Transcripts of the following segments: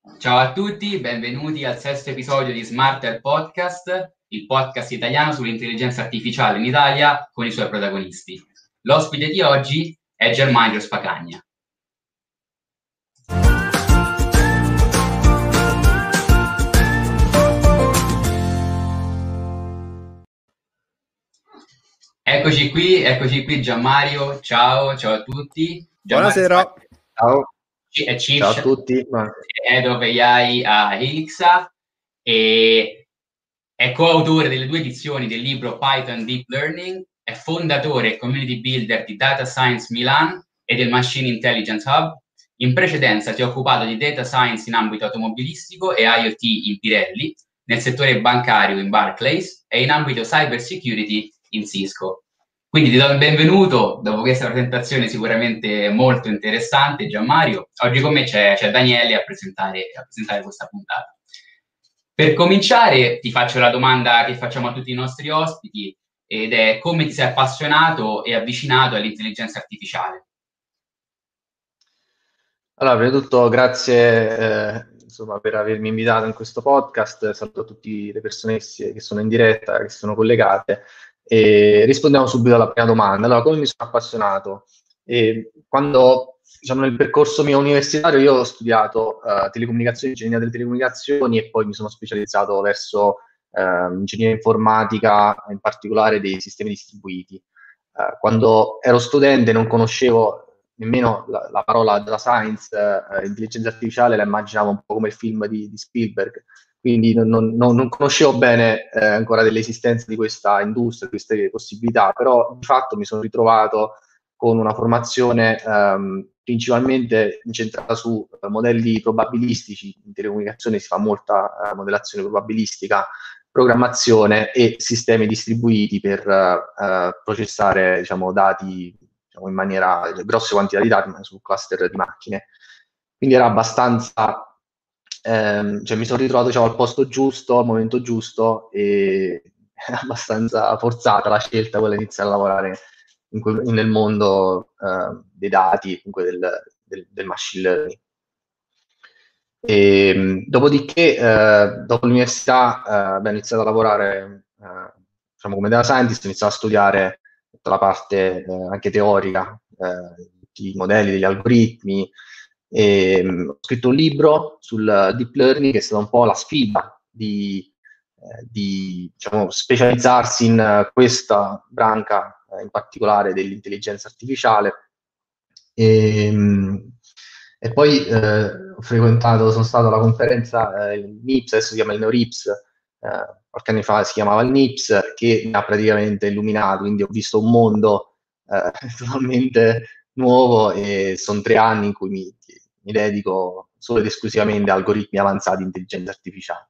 Ciao a tutti, benvenuti al sesto episodio di Smarter Podcast, il podcast italiano sull'intelligenza artificiale in Italia con i suoi protagonisti. L'ospite di oggi è Germanio Spacagna. Eccoci qui Gianmario, ciao a tutti. Buonasera. Ciao. È Ciao a tutti. Head of AI a Helixa e è coautore delle 2 edizioni del libro Python Deep Learning, è fondatore e community builder di Data Science Milan e del Machine Intelligence Hub. In precedenza si è occupato di data science in ambito automobilistico e IoT in Pirelli, nel settore bancario in Barclays e in ambito cyber security in Cisco. Quindi ti do il benvenuto, dopo questa presentazione sicuramente molto interessante, Gianmario. Oggi con me c'è Daniele a presentare questa puntata. Per cominciare ti faccio la domanda che facciamo a tutti i nostri ospiti, ed è: come ti sei appassionato e avvicinato all'intelligenza artificiale? Allora, prima di tutto grazie per avermi invitato in questo podcast. Saluto tutte le persone che sono in diretta, che sono collegate, e rispondiamo subito alla prima domanda. Allora, come mi sono appassionato? Quando, nel percorso mio universitario, io ho studiato telecomunicazioni, ingegneria delle telecomunicazioni, e poi mi sono specializzato verso ingegneria informatica, in particolare dei sistemi distribuiti. Quando ero studente non conoscevo nemmeno la parola data science, intelligenza artificiale, la immaginavo un po' come il film di Spielberg, quindi non conoscevo bene ancora dell'esistenza di questa industria, di queste possibilità, però di fatto mi sono ritrovato con una formazione principalmente incentrata su modelli probabilistici. In telecomunicazione si fa molta modellazione probabilistica, programmazione e sistemi distribuiti per processare, dati in maniera, grosse quantità di dati su cluster di macchine. Quindi era abbastanza, mi sono ritrovato al posto giusto, al momento giusto, e è abbastanza forzata la scelta quella di iniziare a lavorare nel mondo dei dati, comunque del machine learning. Dopodiché, dopo l'università, ho iniziato a lavorare come data scientist, ho iniziato a studiare tutta la parte anche teorica, tutti i modelli, degli algoritmi, e ho scritto un libro sul deep learning, che è stata un po' la sfida di specializzarsi in questa branca in particolare dell'intelligenza artificiale. E poi sono stato alla conferenza il NIPS, adesso si chiama il NeoRIPS, qualche anno fa si chiamava il NIPS, che mi ha praticamente illuminato, quindi ho visto un mondo totalmente nuovo, e sono 3 anni in cui mi dedico solo ed esclusivamente a algoritmi avanzati di intelligenza artificiale.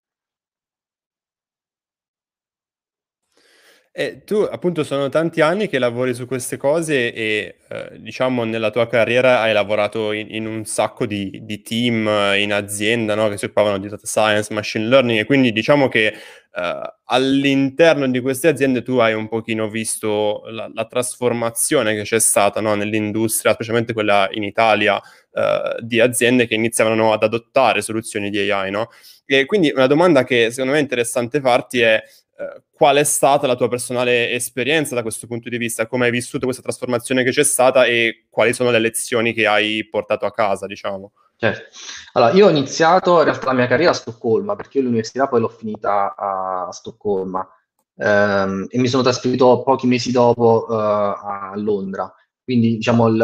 Tu appunto sono tanti anni che lavori su queste cose e diciamo nella tua carriera hai lavorato in un sacco di team in azienda, no? Che si occupavano di data science, machine learning, e quindi diciamo che all'interno di queste aziende tu hai un pochino visto la trasformazione che c'è stata, no? Nell'industria, specialmente quella in Italia, di aziende che iniziavano ad adottare soluzioni di AI, no? E quindi una domanda che secondo me è interessante farti è: qual è stata la tua personale esperienza da questo punto di vista? Come hai vissuto questa trasformazione che c'è stata e quali sono le lezioni che hai portato a casa, diciamo? Certo. Allora, io ho iniziato in realtà la mia carriera a Stoccolma, perché io l'università poi l'ho finita a Stoccolma, e mi sono trasferito pochi mesi dopo a Londra. Quindi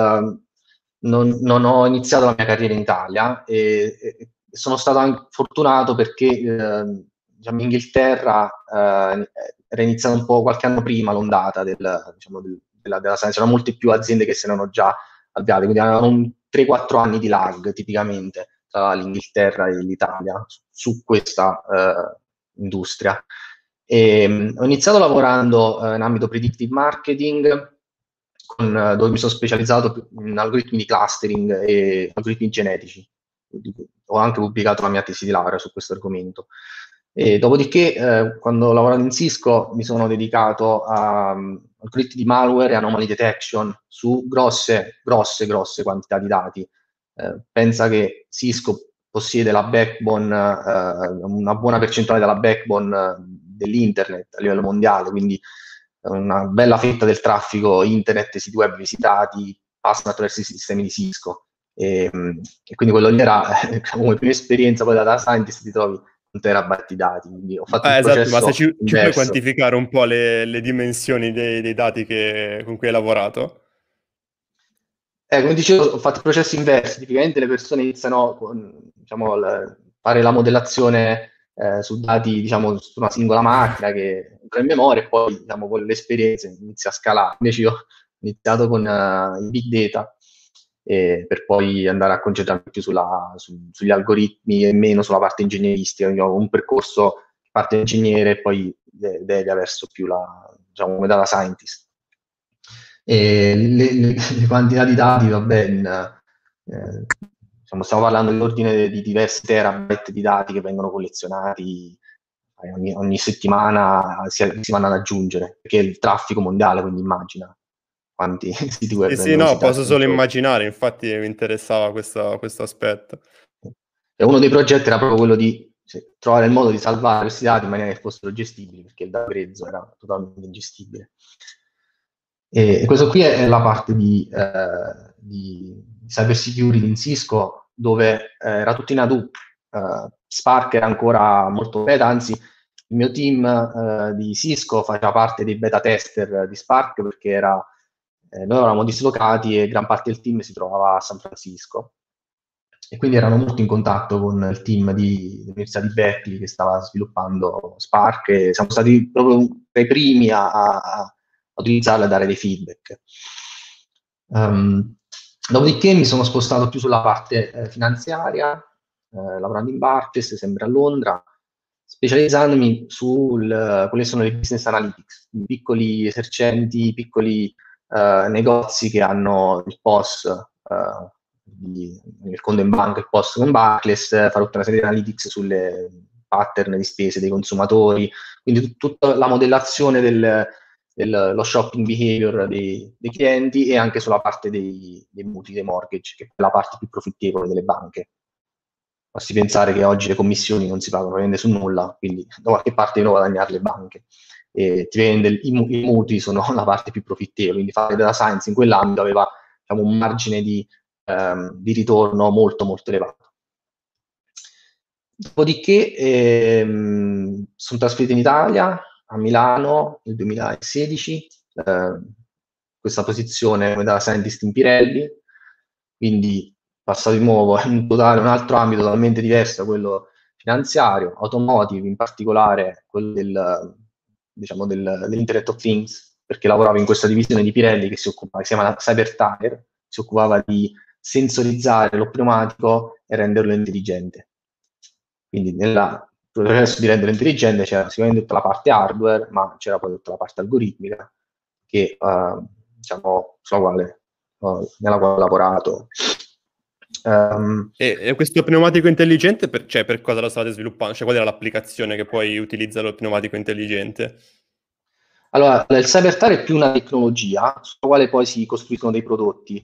non ho iniziato la mia carriera in Italia, e sono stato anche fortunato perché in Inghilterra era iniziata un po' qualche anno prima l'ondata della scienza. C'erano molte più aziende che si erano già avviate, quindi avevano 3-4 anni di lag tipicamente tra l'Inghilterra e l'Italia su questa industria. Ho iniziato lavorando in ambito predictive marketing, dove mi sono specializzato in algoritmi di clustering e algoritmi genetici. Ho anche pubblicato la mia tesi di laurea su questo argomento. E dopodiché, quando lavoravo in Cisco, mi sono dedicato a algoritmi di malware e anomaly detection su grosse quantità di dati. Pensa che Cisco possiede la backbone, una buona percentuale della backbone dell'internet a livello mondiale, quindi una bella fetta del traffico internet e siti web visitati passano attraverso i sistemi di Cisco. E quindi quello lì era come prima esperienza, poi da data scientist ti trovi un terabyte di dati, quindi ho fatto il Esatto, processo ma se ci puoi inverso. quantificare un po' le dimensioni dei dati con cui hai lavorato? Come dicevo, ho fatto il processo inverso. Tipicamente le persone iniziano con, diciamo, fare la modellazione su dati, diciamo, su una singola macchina che entra in memoria e poi, diciamo, con l'esperienza inizia a scalare. Invece io ho iniziato con il big data per poi andare a concentrarmi più sugli algoritmi e meno sulla parte ingegneristica. Quindi ho un percorso parte ingegnere e poi delega verso più diciamo, come data scientist. E le quantità di dati, vabbè, diciamo, stiamo parlando dell'ordine di diversi terabyte di dati che vengono collezionati ogni settimana, si vanno ad aggiungere, perché è il traffico mondiale, quindi immagina quanti siti web Sì, vengono no, visitati. posso solo immaginare, infatti mi interessava questo aspetto. E uno dei progetti era proprio quello di trovare il modo di salvare questi dati in maniera che fossero gestibili, perché il dato grezzo era totalmente ingestibile. E questo qui è la parte di cyber security in Cisco, dove era tutto in Hadoop. Spark era ancora molto beta, anzi il mio team di Cisco faceva parte dei beta tester di Spark, perché noi eravamo dislocati e gran parte del team si trovava a San Francisco. E quindi erano molto in contatto con il team dell'Università di Berkeley che stava sviluppando Spark e siamo stati proprio tra i primi a utilizzarla e dare dei feedback. Dopodiché mi sono spostato più sulla parte finanziaria, lavorando in Barclays, sempre a Londra, specializzandomi su quelle sono le business analytics, i piccoli esercenti, piccoli negozi che hanno il POS, il conto in banca, il POS con Barclays, fare tutta una serie di analytics sulle pattern di spese dei consumatori, quindi tutta la modellazione dello shopping behavior dei clienti e anche sulla parte dei mutui, dei mortgage, che è la parte più profittevole delle banche. Basti pensare che oggi le commissioni non si pagano praticamente su nulla, quindi da qualche parte devono guadagnare le banche. E i mutui sono la parte più profittevole, quindi fare data science in quell'ambito aveva, diciamo, un margine di ritorno molto molto elevato. Dopodiché sono trasferito in Italia, a Milano nel 2016, questa posizione come data scientist in Pirelli, quindi passato di nuovo in un altro ambito totalmente diverso da quello finanziario, automotive, in particolare quello dell'Internet of Things, perché lavoravo in questa divisione di Pirelli che si chiama Cyber Tire, si occupava di sensorizzare lo pneumatico e renderlo intelligente. Quindi nel processo di renderlo intelligente c'era sicuramente tutta la parte hardware, ma c'era poi tutta la parte algoritmica che, diciamo, nella quale ho lavorato. E questo pneumatico intelligente, per cosa lo state sviluppando? Cioè, qual era l'applicazione che poi utilizza lo pneumatico intelligente? Allora, il cyber tire è più una tecnologia sulla quale poi si costruiscono dei prodotti.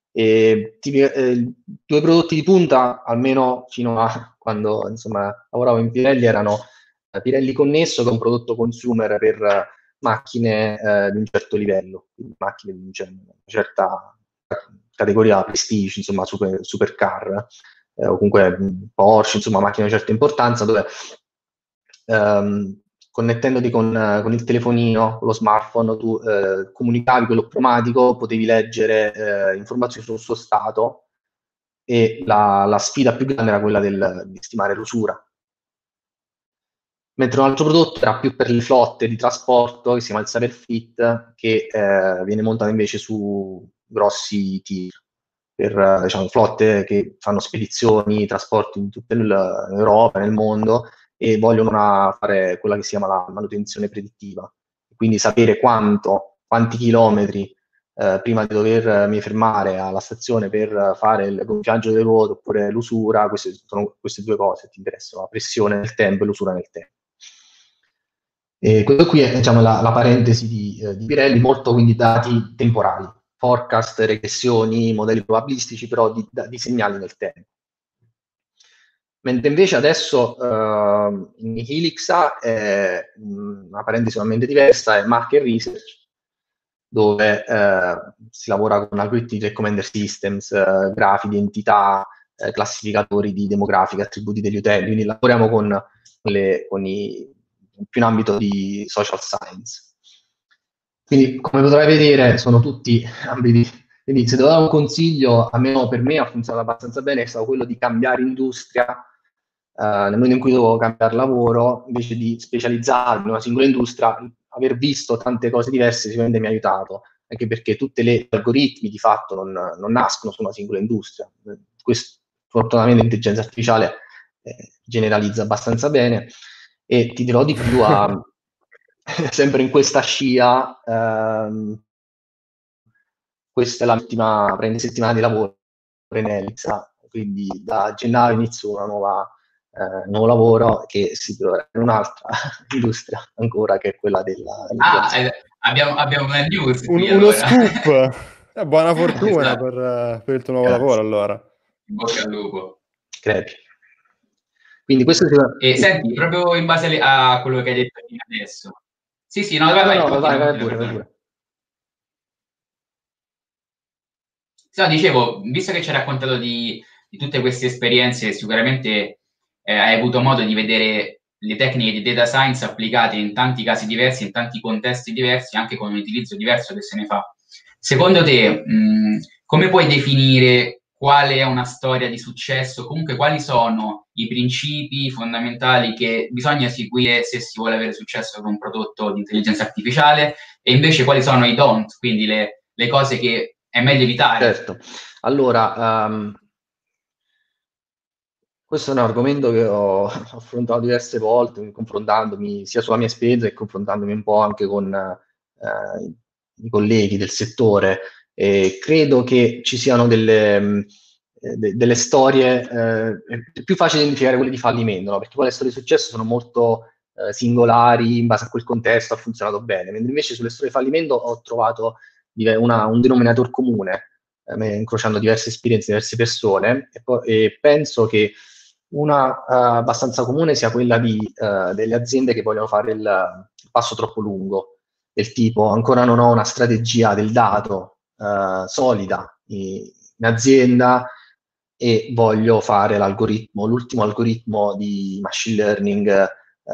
Due prodotti di punta, almeno fino a quando insomma lavoravo in Pirelli, erano Pirelli Connesso, che è un prodotto consumer per macchine di un certo livello, macchine di una certa categoria prestige, insomma supercar, o comunque Porsche, insomma macchine di una certa importanza, dove connettendoti con il telefonino, con lo smartphone, tu comunicavi quello pneumatico, potevi leggere informazioni sul suo stato e la sfida più grande era quella di stimare l'usura. Mentre un altro prodotto era più per le flotte di trasporto, che si chiama il Cyberfleet, che viene montato invece su grossi tir, per diciamo, flotte che fanno spedizioni, trasporti in tutta l'Europa, nel mondo, e vogliono fare quella che si chiama la manutenzione predittiva, quindi sapere quanti chilometri prima di dovermi fermare alla stazione per fare il gonfiaggio delle ruote oppure l'usura. Queste sono queste due cose che ti interessano, la pressione nel tempo e l'usura nel tempo. E questo qui è, diciamo, la parentesi di Pirelli, molto quindi dati temporali, forecast, regressioni, modelli probabilistici, però di segnali nel tempo. Mentre invece adesso in Helixa è una parentesi totalmente diversa, è market research, dove si lavora con algoritmi di recommender systems, grafi di entità, classificatori di demografica, attributi degli utenti, quindi lavoriamo con più in ambito di social science. Quindi, come potrai vedere, sono tutti ambiti. Quindi, se devo dare un consiglio, almeno per me ha funzionato abbastanza bene, è stato quello di cambiare industria. Nel momento in cui dovevo cambiare lavoro, invece di specializzarmi in una singola industria, aver visto tante cose diverse sicuramente mi ha aiutato, anche perché tutti gli algoritmi di fatto non nascono su una singola industria. Questo, fortunatamente, l'intelligenza artificiale generalizza abbastanza bene, e ti dirò di più, sempre in questa scia, questa è la ultima settimana di lavoro in Helixa, quindi da gennaio inizio un nuovo lavoro che si troverà in un'altra industria ancora, che è quella della abbiamo una news qui, uno allora. scoop. Buona fortuna Esatto. per il tuo nuovo lavoro, allora. In bocca al lupo. Crepi. Quindi questo E senti, proprio in base a quello che hai detto adesso. Sì, no, vai pure. No, dicevo, visto che ci hai raccontato di tutte queste esperienze, sicuramente hai avuto modo di vedere le tecniche di data science applicate in tanti casi diversi, in tanti contesti diversi, anche con un utilizzo diverso che se ne fa. Secondo te, come puoi definire quale è una storia di successo? Comunque, quali sono i principi fondamentali che bisogna seguire se si vuole avere successo con un prodotto di intelligenza artificiale? E invece quali sono i don't, quindi le cose che è meglio evitare? Certo. Allora, questo è un argomento che ho affrontato diverse volte, confrontandomi sia sulla mia esperienza che confrontandomi un po' anche con i colleghi del settore. E credo che ci siano delle storie, è più facile identificare quelle di fallimento, no? Perché poi le storie di successo sono molto singolari, in base a quel contesto ha funzionato bene, mentre invece sulle storie di fallimento ho trovato un denominatore comune, incrociando diverse esperienze, diverse persone, e penso che una abbastanza comune sia quella delle aziende che vogliono fare il passo troppo lungo, del tipo: ancora non ho una strategia del dato solida in azienda e voglio fare l'ultimo algoritmo di machine learning,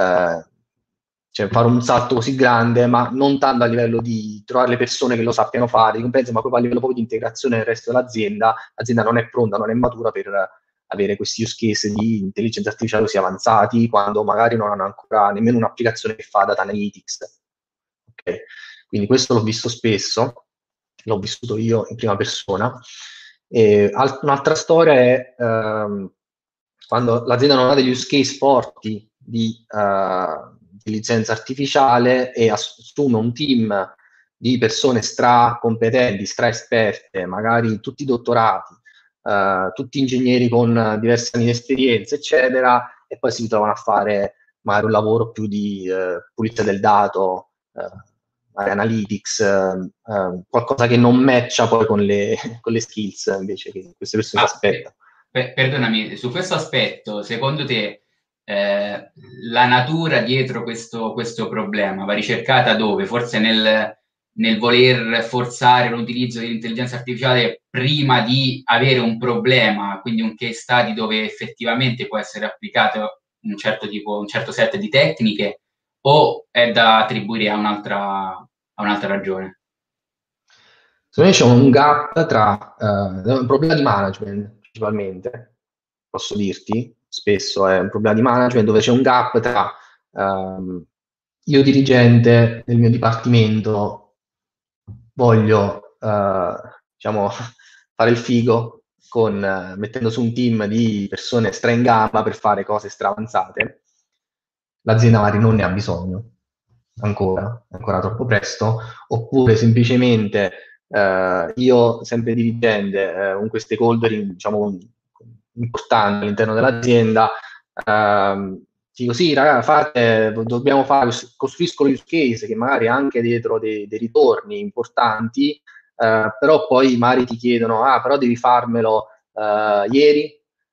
cioè fare un salto così grande, ma non tanto a livello di trovare le persone che lo sappiano fare, di competenza, ma proprio a livello proprio di integrazione nel resto dell'azienda. L'azienda non è pronta, non è matura per avere questi use case di intelligenza artificiale così avanzati, quando magari non hanno ancora nemmeno un'applicazione che fa data analytics. Okay? Quindi questo l'ho visto spesso, l'ho vissuto io in prima persona. Un'altra storia è quando l'azienda non ha degli use case forti di intelligenza artificiale e assume un team di persone competenti, esperte, magari tutti dottorati, tutti ingegneri con diversi anni di esperienza, eccetera, e poi si ritrovano a fare magari un lavoro più di pulizia del dato, analytics, qualcosa che non matcha poi con le skills invece che queste persone si aspettano. Perdonami, su questo aspetto, secondo te la natura dietro questo problema va ricercata dove? Forse nel voler forzare l'utilizzo dell'intelligenza artificiale prima di avere un problema, quindi un case study dove effettivamente può essere applicato un certo set di tecniche, o è da attribuire a un'altra ragione? Secondo me c'è un gap tra un problema di management, principalmente, posso dirti, spesso è un problema di management dove c'è un gap tra io dirigente del mio dipartimento voglio diciamo fare il figo mettendo su un team di persone stra in gamba per fare cose stravanzate. L'azienda magari non ne ha bisogno ancora, è ancora troppo presto, oppure semplicemente io, sempre dirigente, comunque stakeholder diciamo importante all'interno dell'azienda, dico sì, ragazzi, dobbiamo costruisco l'use case che magari ha anche dietro dei ritorni importanti, però poi magari ti chiedono, però devi farmelo ieri,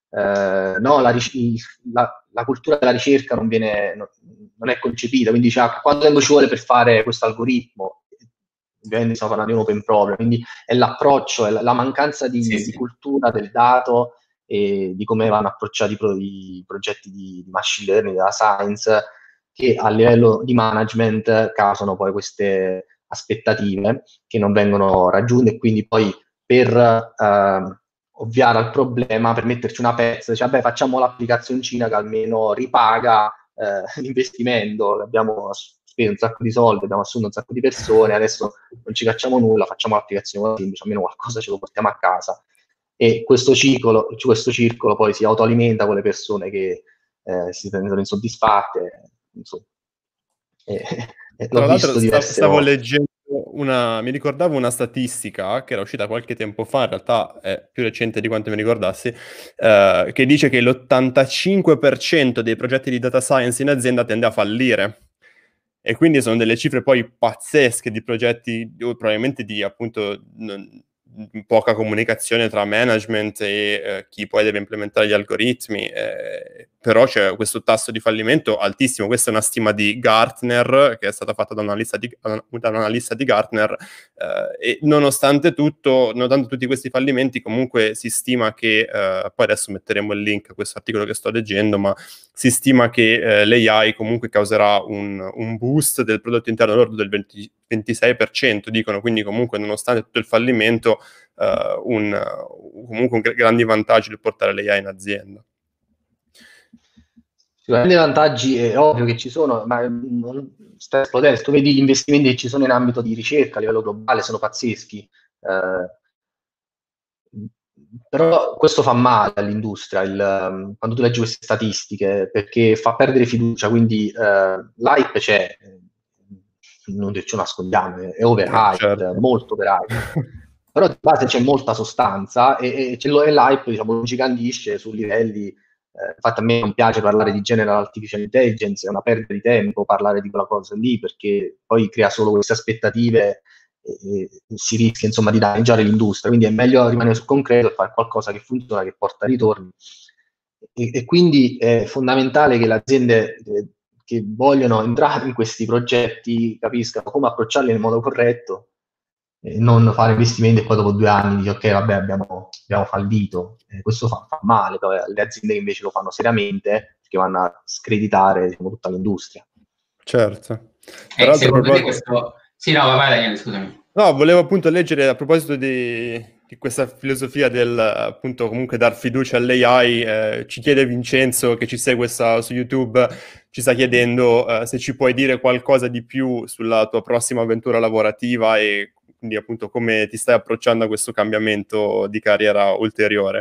no, la cultura della ricerca non è concepita, quindi quanto tempo ci vuole per fare questo algoritmo? Ovviamente stiamo parlando di un open problem, quindi è l'approccio, è la mancanza di cultura del dato e di come vanno approcciati i progetti di machine learning, della science, che a livello di management causano poi queste aspettative che non vengono raggiunte, e quindi poi per ovviare al problema, per metterci una pezza, dice, vabbè, facciamo l'applicazioncina che almeno ripaga l'investimento, abbiamo speso un sacco di soldi, abbiamo assunto un sacco di persone, adesso non ci facciamo nulla, facciamo l'applicazione semplice, almeno qualcosa ce lo portiamo a casa. E questo circolo poi si autoalimenta con le persone che si rendono insoddisfatte, insomma. Tra l'altro stavo leggendo mi ricordavo una statistica che era uscita qualche tempo fa, in realtà è più recente di quanto mi ricordassi, che dice che l'85% dei progetti di data science in azienda tende a fallire. E quindi sono delle cifre poi pazzesche di progetti, probabilmente di appunto poca comunicazione tra management e chi poi deve implementare gli algoritmi, però c'è questo tasso di fallimento altissimo. Questa è una stima di Gartner, che è stata fatta da un analista di Gartner, e nonostante tutti questi fallimenti, comunque si stima che, poi adesso metteremo il link a questo articolo che sto leggendo, ma si stima che l'AI comunque causerà un boost del prodotto interno lordo del 26%, dicono, quindi comunque nonostante tutto il fallimento comunque grandi vantaggi di portare l'AI in azienda. Sicuramente i vantaggi è ovvio che ci sono, ma non sta esplodendo. Tu vedi gli investimenti che ci sono in ambito di ricerca a livello globale, sono pazzeschi. Però questo fa male all'industria, quando tu leggi queste statistiche, perché fa perdere fiducia, quindi l'hype c'è, non ce lo nascondiamo, è overhyped, certo. molto overhyped. Però di base c'è molta sostanza e l'hype, diciamo, gigandisce su livelli. Infatti a me non piace parlare di General Artificial Intelligence, è una perdita di tempo parlare di quella cosa lì, perché poi crea solo queste aspettative e si rischia, insomma, di danneggiare l'industria. Quindi è meglio rimanere sul concreto e fare qualcosa che funziona, che porta ritorni. E quindi è fondamentale che le aziende che vogliono entrare in questi progetti capiscano come approcciarli nel modo corretto, e non fare investimenti e poi dopo 2 anni dici ok, vabbè, abbiamo fallito. Questo fa male poi alle aziende che invece lo fanno seriamente, perché vanno a screditare, diciamo, tutta l'industria. Certo. Secondo me questo... Sì, no, vai Daniele, scusami. No, volevo appunto leggere a proposito di questa filosofia del appunto comunque dar fiducia all'AI. Ci chiede Vincenzo, che ci segue su YouTube, ci sta chiedendo se ci puoi dire qualcosa di più sulla tua prossima avventura lavorativa e quindi appunto come ti stai approcciando a questo cambiamento di carriera ulteriore.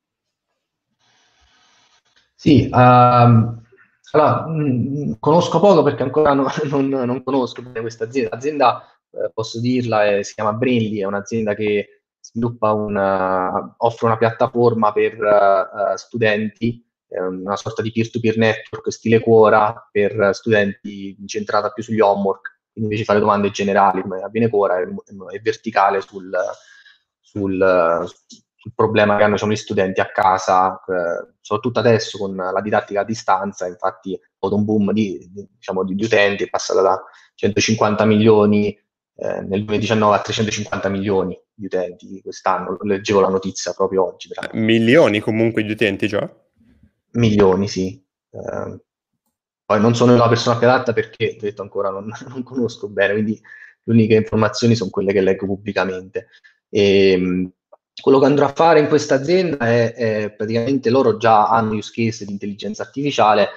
Sì, allora, conosco poco perché ancora non conosco bene questa azienda. L'azienda, posso dirla, si chiama Brainly, è un'azienda che sviluppa offre una piattaforma per studenti, una sorta di peer-to-peer network stile Quora per studenti, incentrata più sugli homework, quindi invece di fare domande generali come avviene Quora, è verticale sul problema che hanno, diciamo, gli studenti a casa, soprattutto adesso con la didattica a distanza. Infatti è avuto un boom di utenti, è passata da 150 milioni nel 2019 a 350 milioni di utenti quest'anno. Leggevo la notizia proprio oggi. Milioni comunque di utenti già? Milioni, sì. Poi non sono una persona più adatta perché, ho detto, ancora non conosco bene, quindi le uniche informazioni sono quelle che leggo pubblicamente. Quello che andrò a fare in questa azienda è praticamente, loro già hanno use case di intelligenza artificiale,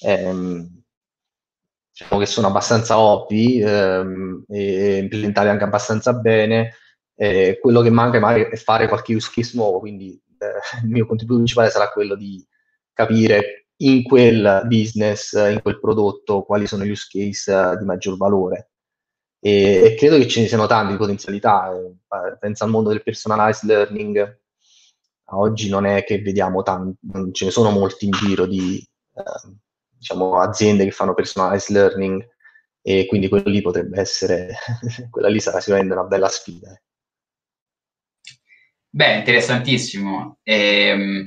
diciamo che sono abbastanza ovvi e implementati anche abbastanza bene. Quello che manca magari è fare qualche use case nuovo, quindi il mio contributo principale sarà quello di capire in quel business, in quel prodotto, quali sono gli use case di maggior valore. E credo che ce ne siano tante di potenzialità. Pensa al mondo del personalized learning. Oggi non è che vediamo non ce ne sono molti in giro di diciamo, aziende che fanno personalized learning, e quindi quello lì potrebbe essere quella lì sarà sicuramente una bella sfida. Beh, interessantissimo.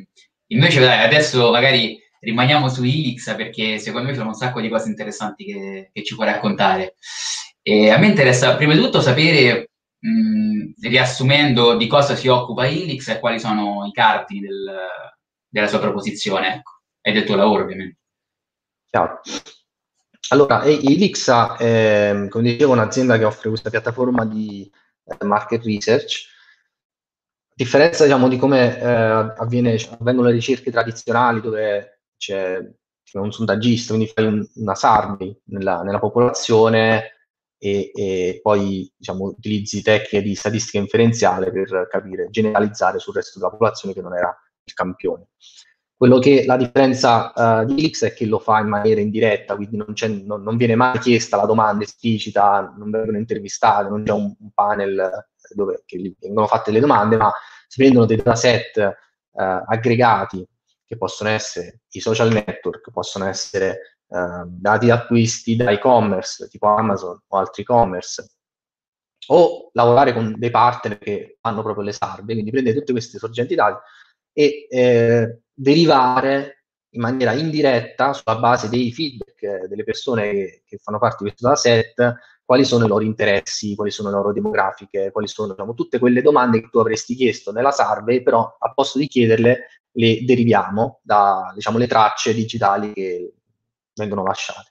Invece dai, adesso magari rimaniamo su Ilixa perché secondo me ci sono un sacco di cose interessanti che ci puoi raccontare. E a me interessa prima di tutto sapere, riassumendo, di cosa si occupa Ilixa e quali sono i cardini della sua proposizione, ecco, e del tuo lavoro ovviamente. Chiaro. Allora, Elixa è, come dicevo, un'azienda che offre questa piattaforma di market research. A differenza, diciamo, di come avvengono le ricerche tradizionali dove c'è un sondaggista, quindi fai una survey nella popolazione e poi, diciamo, utilizzi tecniche di statistica inferenziale per capire, generalizzare sul resto della popolazione che non era il campione. Quello che la differenza di Elix è che lo fa in maniera indiretta, quindi non viene mai chiesta la domanda esplicita, non vengono intervistate, non c'è un panel dove che gli vengono fatte le domande, ma si prendono dei dataset aggregati che possono essere i social network, possono essere dati di acquisti da e-commerce, tipo Amazon o altri e-commerce, o lavorare con dei partner che fanno proprio le survey, quindi prendere tutte queste sorgenti dati e derivare in maniera indiretta, sulla base dei feedback delle persone che fanno parte di questo dataset, quali sono i loro interessi, quali sono le loro demografiche, quali sono, diciamo, tutte quelle domande che tu avresti chiesto nella survey, però a posto di chiederle le deriviamo da, diciamo, le tracce digitali che vengono lasciate.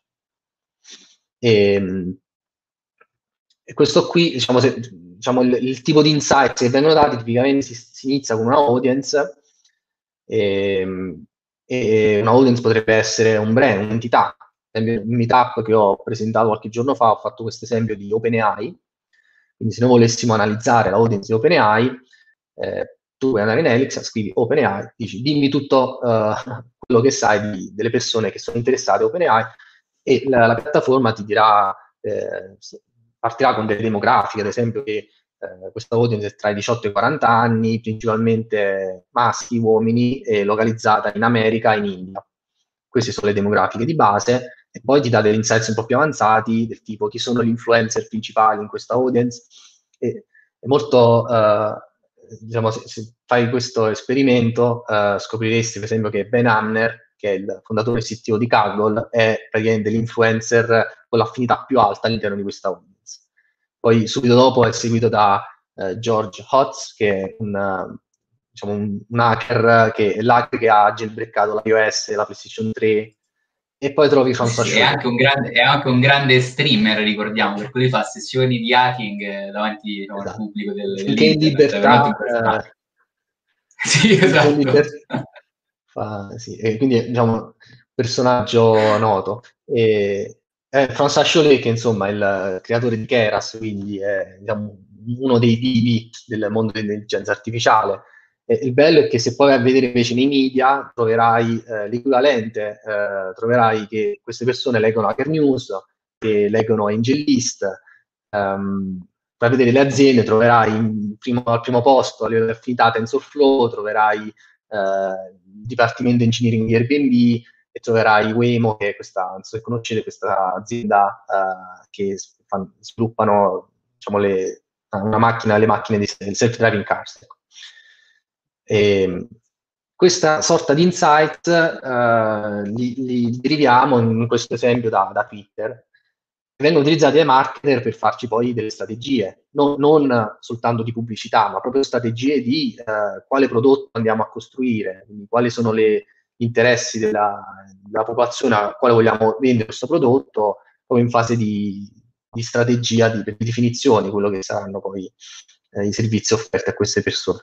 E questo qui, diciamo, il tipo di insights che vengono dati tipicamente si inizia con una audience e una audience potrebbe essere un brand, un'entità. Un meetup che ho presentato qualche giorno fa, ho fatto questo esempio di OpenAI, quindi se noi volessimo analizzare l'audience di OpenAI, tu puoi andare in Elix, scrivi OpenAI, dici dimmi tutto quello che sai delle persone che sono interessate a OpenAI e la piattaforma ti dirà, partirà con delle demografiche, ad esempio che questa audience è tra i 18 e i 40 anni, principalmente maschi, uomini, e localizzata in America e in India. Queste sono le demografiche di base, e poi ti dà degli insights un po' più avanzati, del tipo chi sono gli influencer principali in questa audience. È molto, diciamo, se fai questo esperimento, scopriresti per esempio che Ben Hamner, che è il fondatore e CTO di Kaggle, è praticamente l'influencer con l'affinità più alta all'interno di questa audience. Poi subito dopo è seguito da George Hotz, che è diciamo un hacker, che è l'hacker che ha jailbreakato l'iOS e la PlayStation 3, e poi trovi François Sì, è anche un grande streamer, ricordiamo, per cui fa sessioni di hacking davanti, no, al pubblico finché in libertà, sì, esatto. Sì, e quindi è, diciamo, personaggio noto. François Chollet, che insomma è il creatore di Keras, quindi è, diciamo, uno dei divi del mondo dell'intelligenza artificiale. Il bello è che se poi vai a vedere invece nei media troverai l'equivalente, troverai che queste persone leggono Hacker News, che leggono Angel List, vai a vedere le aziende, troverai al primo posto a livello di affinità TensorFlow, troverai Dipartimento Engineering di Airbnb e troverai Waymo, che è questa, non so se conoscete, questa azienda che sviluppano, diciamo, le macchine di self-driving cars. Ecco. Questa sorta di insight li deriviamo in questo esempio da Twitter, che vengono utilizzati dai marketer per farci poi delle strategie, non soltanto di pubblicità, ma proprio strategie di quale prodotto andiamo a costruire, quindi quali sono gli interessi della popolazione a quale vogliamo vendere questo prodotto, proprio in fase di strategia, di definizione, quello che saranno poi i servizi offerti a queste persone.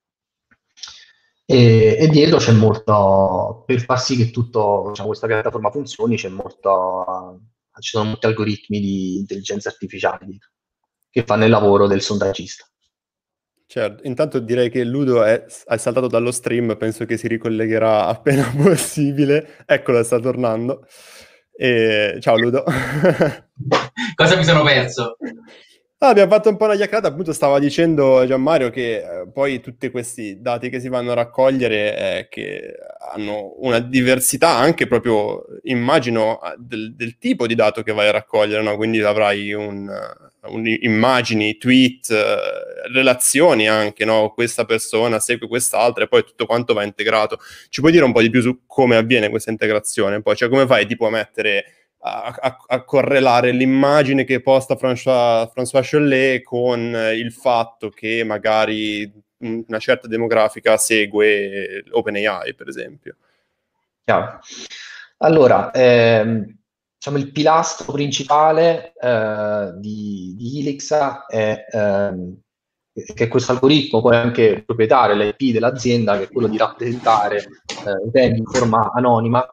E dietro c'è molto, per far sì che tutto, diciamo, questa piattaforma funzioni, ci sono molti algoritmi di intelligenza artificiale dietro, che fanno il lavoro del sondaggista. Certo, intanto direi che Ludo è saltato dallo stream, penso che si ricollegherà appena possibile. Eccolo, sta tornando. Ciao Ludo. Cosa mi sono perso? Abbiamo fatto un po' una chiacchierata, appunto stava dicendo Gianmario che poi tutti questi dati che si vanno a raccogliere che hanno una diversità anche proprio, immagino, del tipo di dato che vai a raccogliere, no? Quindi avrai immagini, tweet, relazioni anche, no? Questa persona segue quest'altra e poi tutto quanto va integrato. Ci puoi dire un po' di più su come avviene questa integrazione? Poi, cioè come fai tipo a mettere... A correlare l'immagine che posta François Chollet con il fatto che magari una certa demografica segue OpenAI, per esempio. Chiaro. Allora, diciamo il pilastro principale di Helixa è che questo algoritmo, poi anche proprietario, l'IP dell'azienda, che è quello di rappresentare utenti in forma anonima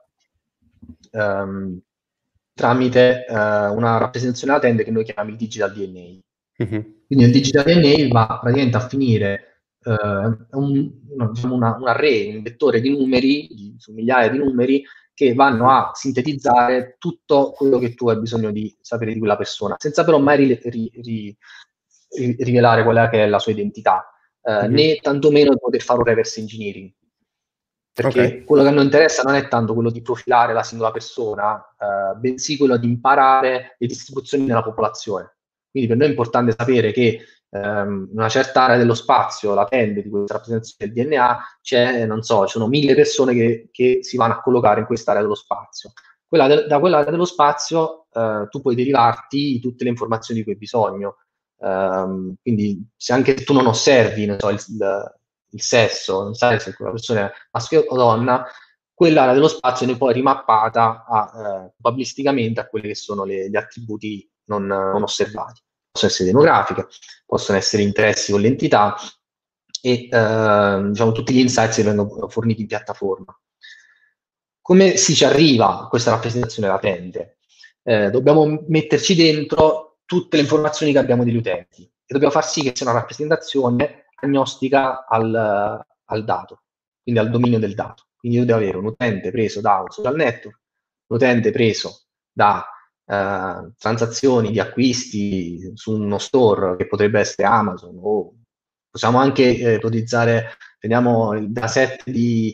tramite una rappresentazione latente che noi chiamiamo il digital DNA. Quindi il digital DNA va praticamente a finire diciamo un array, un vettore di numeri, su migliaia di numeri, che vanno a sintetizzare tutto quello che tu hai bisogno di sapere di quella persona, senza però mai rivelare quella che è la sua identità, né tantomeno poter fare un reverse engineering. Perché quello che a noi interessa non è tanto quello di profilare la singola persona, bensì quello di imparare le distribuzioni nella popolazione. Quindi per noi è importante sapere che in una certa area dello spazio latente di questa rappresentazione del DNA c'è, non so, ci sono 1000 persone che si vanno a collocare in quest'area dello spazio. Da quell'area dello spazio tu puoi derivarti tutte le informazioni di cui hai bisogno. Quindi se anche tu non osservi, non so, il sesso, non sai se quella persona è maschio o donna, quell'area dello spazio ne poi è rimappata probabilisticamente a quelli che sono gli attributi non osservati. Possono essere demografiche, possono essere interessi con l'entità e diciamo tutti gli insights che vengono forniti in piattaforma. Come si ci arriva a questa rappresentazione latente? Dobbiamo metterci dentro tutte le informazioni che abbiamo degli utenti e dobbiamo far sì che sia una rappresentazione agnostica al dato, quindi al dominio del dato. Quindi io devo avere un utente preso da un social network, un utente preso da transazioni di acquisti su uno store che potrebbe essere Amazon, o possiamo anche ipotizzare, vediamo il dataset di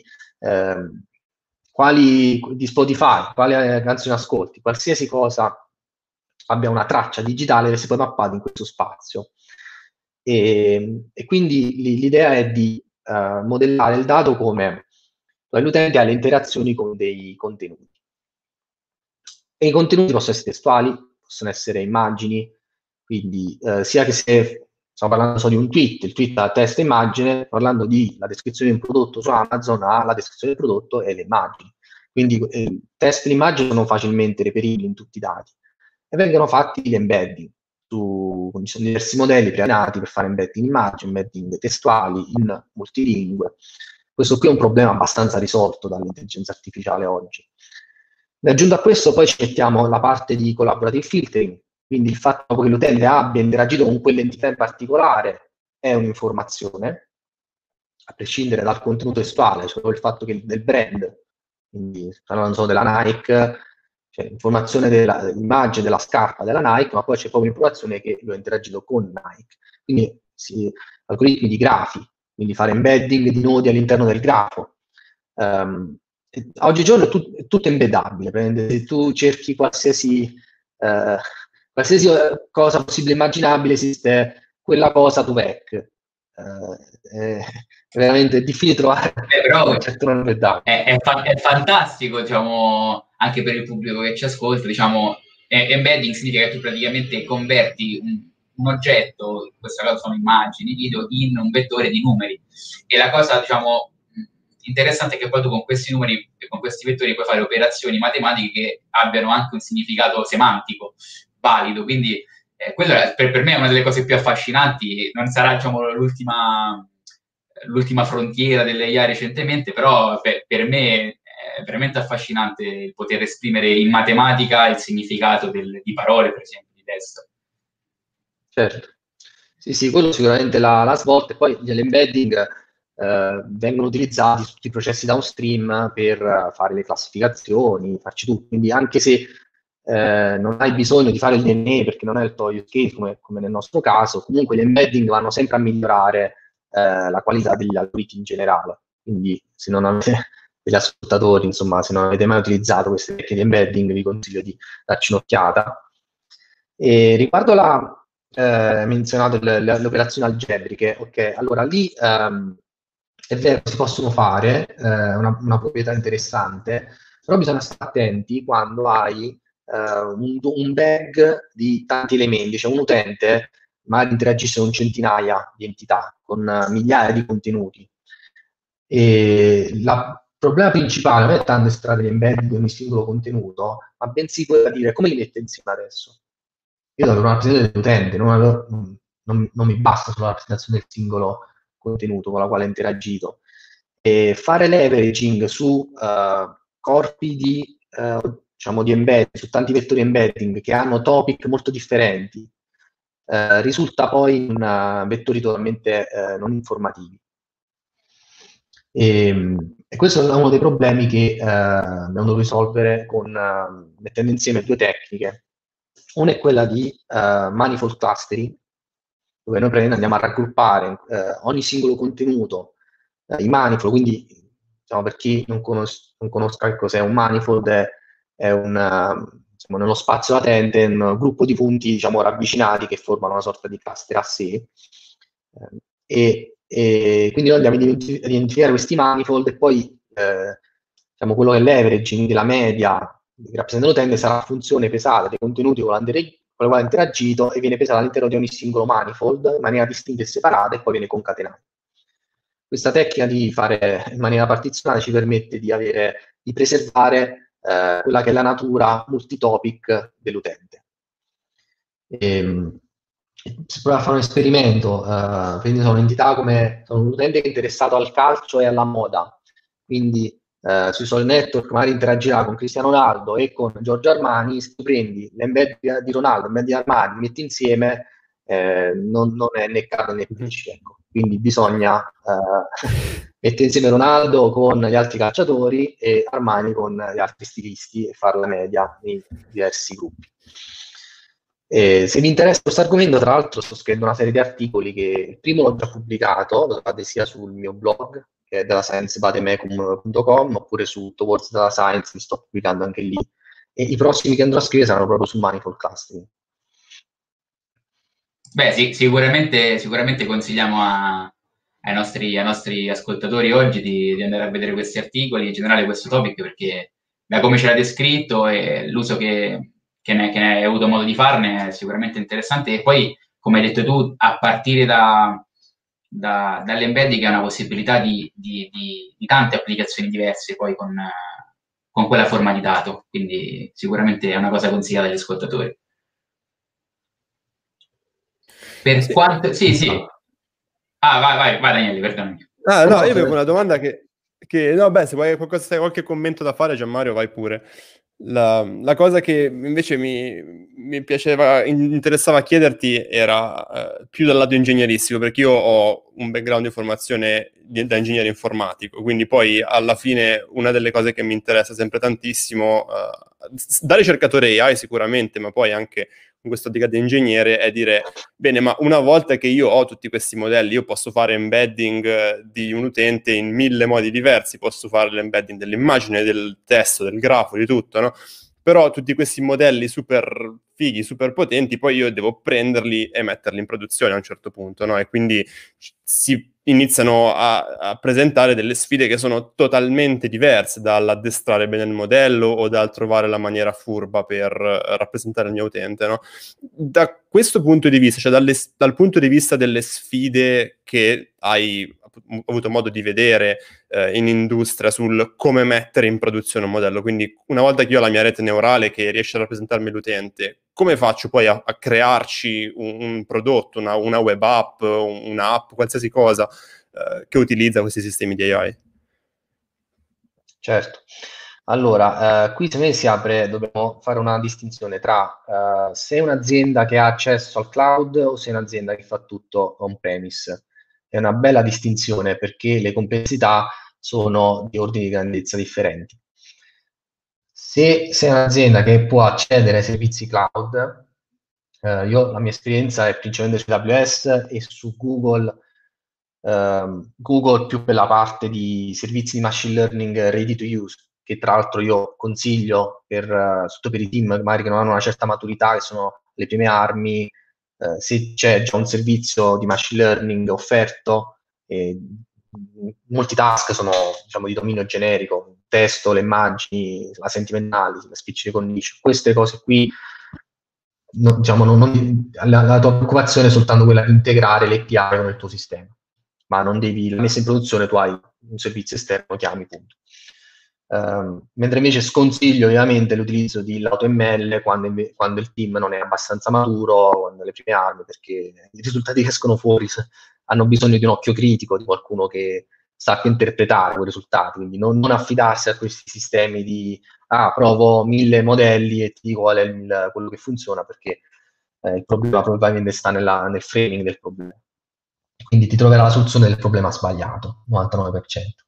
Spotify, quali canzoni ascolti, qualsiasi cosa abbia una traccia digitale che si poi mappare in questo spazio. E quindi l'idea è di modellare il dato come l'utente ha le interazioni con dei contenuti. E i contenuti possono essere testuali, possono essere immagini, quindi sia che se stiamo parlando di un tweet, il tweet ha testo e immagine, parlando di la descrizione di un prodotto su Amazon ha la descrizione del prodotto e le immagini. Quindi il testo e l'immagine sono facilmente reperibili in tutti i dati e vengono fatti gli embedding. Ci sono diversi modelli preallenati per fare embedding immagini, embedding testuali in multilingue. Questo qui è un problema abbastanza risolto dall'intelligenza artificiale oggi. In aggiunta a questo poi ci mettiamo la parte di collaborative filtering, quindi il fatto che l'utente abbia interagito con quell'entità in particolare è un'informazione, a prescindere dal contenuto testuale, cioè il fatto che del brand, quindi non so, della Nike, c'è l'informazione dell'immagine della scarpa della Nike, ma poi c'è proprio l'informazione che lui ha interagito con Nike. Quindi algoritmi di grafi, quindi fare embedding di nodi all'interno del grafo. Oggigiorno è tutto embeddabile, se tu cerchi qualsiasi cosa possibile e immaginabile, esiste quella cosa dov'è. È veramente difficile trovare però un certo non embeddabile. È fantastico, diciamo, anche per il pubblico che ci ascolta, diciamo, embedding significa che tu praticamente converti un oggetto, in questo caso sono immagini, video, in un vettore di numeri. E la cosa, diciamo, interessante è che poi tu con questi numeri e con questi vettori puoi fare operazioni matematiche che abbiano anche un significato semantico valido. Quindi quello per me è una delle cose più affascinanti. Non sarà, diciamo, l'ultima frontiera dell'AI recentemente, però per me è veramente affascinante poter esprimere in matematica il significato di parole, per esempio, di testo. Certo. Sì, quello sicuramente la svolta. E poi gli embedding vengono utilizzati su tutti i processi downstream per fare le classificazioni, farci tutto. Quindi anche se non hai bisogno di fare il DNA perché non è il tuo use case come nel nostro caso, comunque gli embedding vanno sempre a migliorare la qualità degli algoritmi in generale. Quindi se non avete degli ascoltatori, insomma, se non avete mai utilizzato queste tecniche di embedding, vi consiglio di darci un'occhiata. E riguardo menzionato le operazioni algebriche, ok, allora lì è vero, si possono fare, una proprietà interessante, però bisogna stare attenti quando hai un bag di tanti elementi, cioè un utente magari interagisce con centinaia di entità, con migliaia di contenuti. E il problema principale non è tanto estrarre gli embedding di ogni singolo contenuto, ma bensì quello da dire come li metto insieme adesso. Io devo una rappresentazione dell'utente, non mi basta solo la rappresentazione del singolo contenuto con la quale ho interagito. E fare leveraging su corpi diciamo di embedding, su tanti vettori embedding che hanno topic molto differenti, risulta poi in vettori totalmente non informativi. E questo è uno dei problemi che abbiamo dovuto risolvere mettendo insieme due tecniche. Una è quella di manifold clustering, dove noi andiamo a raggruppare ogni singolo contenuto in manifold, quindi diciamo, per chi non conosca che cos'è un manifold, è diciamo, nello spazio latente un gruppo di punti diciamo, ravvicinati che formano una sorta di cluster a sé. E quindi noi andiamo ad identificare questi manifold e poi diciamo, quello che è l'averaging, quindi la media che rappresenta l'utente, sarà la funzione pesata dei contenuti con la quale ha interagito e viene pesata all'interno di ogni singolo manifold in maniera distinta e separata e poi viene concatenata. Questa tecnica di fare in maniera partizionale ci permette di preservare quella che è la natura multitopic dell'utente. Si prova a fare un esperimento, quindi sono un'entità come sono un utente che è interessato al calcio e alla moda, quindi sui social network magari interagirà con Cristiano Ronaldo e con Giorgio Armani. Se tu prendi l'embed di Ronaldo, l'embed di Armani, li metti insieme, non è né carne né pesce, ecco. Quindi bisogna mettere insieme Ronaldo con gli altri calciatori e Armani con gli altri stilisti e fare la media in diversi gruppi. Se vi interessa questo argomento, tra l'altro sto scrivendo una serie di articoli che il primo l'ho già pubblicato, lo trovate sia sul mio blog, che è datasciencebatemecum.com, oppure su Towards Data Science, mi sto pubblicando anche lì, e i prossimi che andrò a scrivere saranno proprio su manifold clustering. Beh, sì, sicuramente consigliamo ai nostri ascoltatori oggi di andare a vedere questi articoli, in generale questo topic, perché da come ce l'ha descritto e l'uso che ne hai avuto modo di farne è sicuramente interessante. E poi, come hai detto tu, a partire dall'embedding è una possibilità di tante applicazioni diverse poi con quella forma di dato, quindi sicuramente è una cosa consigliata agli ascoltatori. Per quanto... Sì. Vai Daniele, perdonami. No, io avevo una domanda che no, beh, se vuoi qualche commento da fare, Gianmario, vai pure. La cosa che invece mi piaceva, interessava chiederti era più dal lato ingegneristico, perché io ho un background di formazione da ingegnere informatico, quindi poi alla fine una delle cose che mi interessa sempre tantissimo, da ricercatore AI sicuramente, ma poi anche in questo ottica di ingegnere, è dire, bene, ma una volta che io ho tutti questi modelli, io posso fare embedding di un utente in 1000 modi diversi, posso fare l'embedding dell'immagine, del testo, del grafo, di tutto, no? Però tutti questi modelli super fighi, super potenti, poi io devo prenderli e metterli in produzione a un certo punto, no? E quindi si iniziano a presentare delle sfide che sono totalmente diverse dall'addestrare bene il modello o dal trovare la maniera furba per rappresentare il mio utente, no? Da questo punto di vista, cioè dal punto di vista delle sfide che hai avuto modo di vedere in industria sul come mettere in produzione un modello, quindi una volta che io ho la mia rete neurale che riesce a rappresentarmi l'utente, come faccio poi a crearci un prodotto, una web app, un'app, qualsiasi cosa che utilizza questi sistemi di AI? Certo. Allora, qui se ne si apre, dobbiamo fare una distinzione tra se è un'azienda che ha accesso al cloud o se è un'azienda che fa tutto on-premise. È una bella distinzione perché le complessità sono di ordini di grandezza differenti. Se sei un'azienda che può accedere ai servizi cloud, la mia esperienza è principalmente su AWS e su Google, Google più per la parte di servizi di machine learning ready to use, che tra l'altro io consiglio soprattutto per i team che magari che non hanno una certa maturità, che sono le prime armi, se c'è già un servizio di machine learning offerto, molti task sono, diciamo, di dominio generico, il testo, le immagini, la sentimentale, la speech recognition, queste cose qui, diciamo, la tua preoccupazione è soltanto quella di integrare le API con il tuo sistema, ma non devi, la messa in produzione tu hai un servizio esterno, chiami, punto. Mentre invece sconsiglio ovviamente l'utilizzo di l'AutoML quando il team non è abbastanza maturo, quando le prime armi, perché i risultati che escono fuori hanno bisogno di un occhio critico, di qualcuno che sappia interpretare quei risultati, quindi non affidarsi a questi sistemi di provo 1000 modelli e ti dico qual è quello che funziona, perché il problema probabilmente sta nel framing del problema. Quindi ti troverà la soluzione del problema sbagliato, 99%.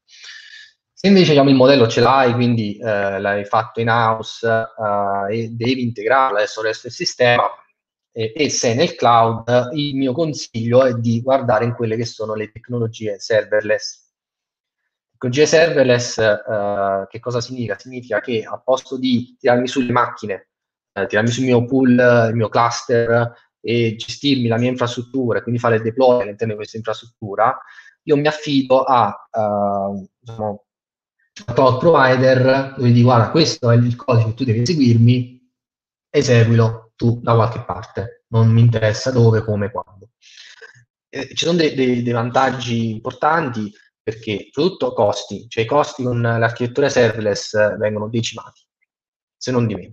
Se invece il modello ce l'hai, quindi l'hai fatto in house e devi integrarlo adesso il resto del sistema, e sei nel cloud, il mio consiglio è di guardare in quelle che sono le tecnologie serverless. Tecnologie serverless, che cosa significa? Significa che al posto di tirarmi sulle macchine, tirarmi sul mio pool, il mio cluster e gestirmi la mia infrastruttura e quindi fare il deploy all'interno di questa infrastruttura, io mi affido diciamo, cloud provider dove dico guarda, questo è il codice che tu devi eseguirmi, eseguilo tu da qualche parte, non mi interessa dove, come, quando. Ci sono dei vantaggi importanti, perché soprattutto costi, cioè i costi con l'architettura serverless vengono decimati, se non di meno.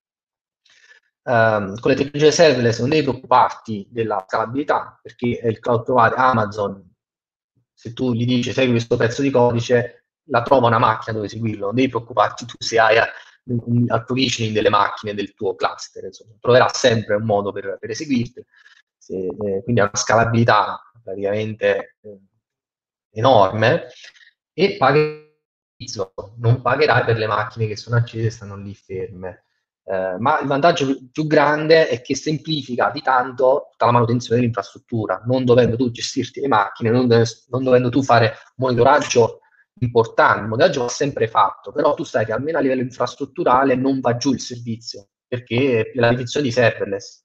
Con le tecnologie serverless non devi preoccuparti della scalabilità, perché il cloud provider Amazon, se tu gli dici segui questo pezzo di codice, la trova una macchina dove seguirlo, non devi preoccuparti tu se hai al provisioning delle macchine del tuo cluster, insomma, troverà sempre un modo per eseguirti, quindi ha una scalabilità praticamente enorme, e non pagherai per le macchine che sono accese e stanno lì ferme. Ma il vantaggio più grande è che semplifica di tanto tutta la manutenzione dell'infrastruttura, non dovendo tu gestirti le macchine, non dovendo tu fare monitoraggio importante. Il monitoraggio va sempre fatto, però tu sai che almeno a livello infrastrutturale non va giù il servizio, perché è la definizione di serverless.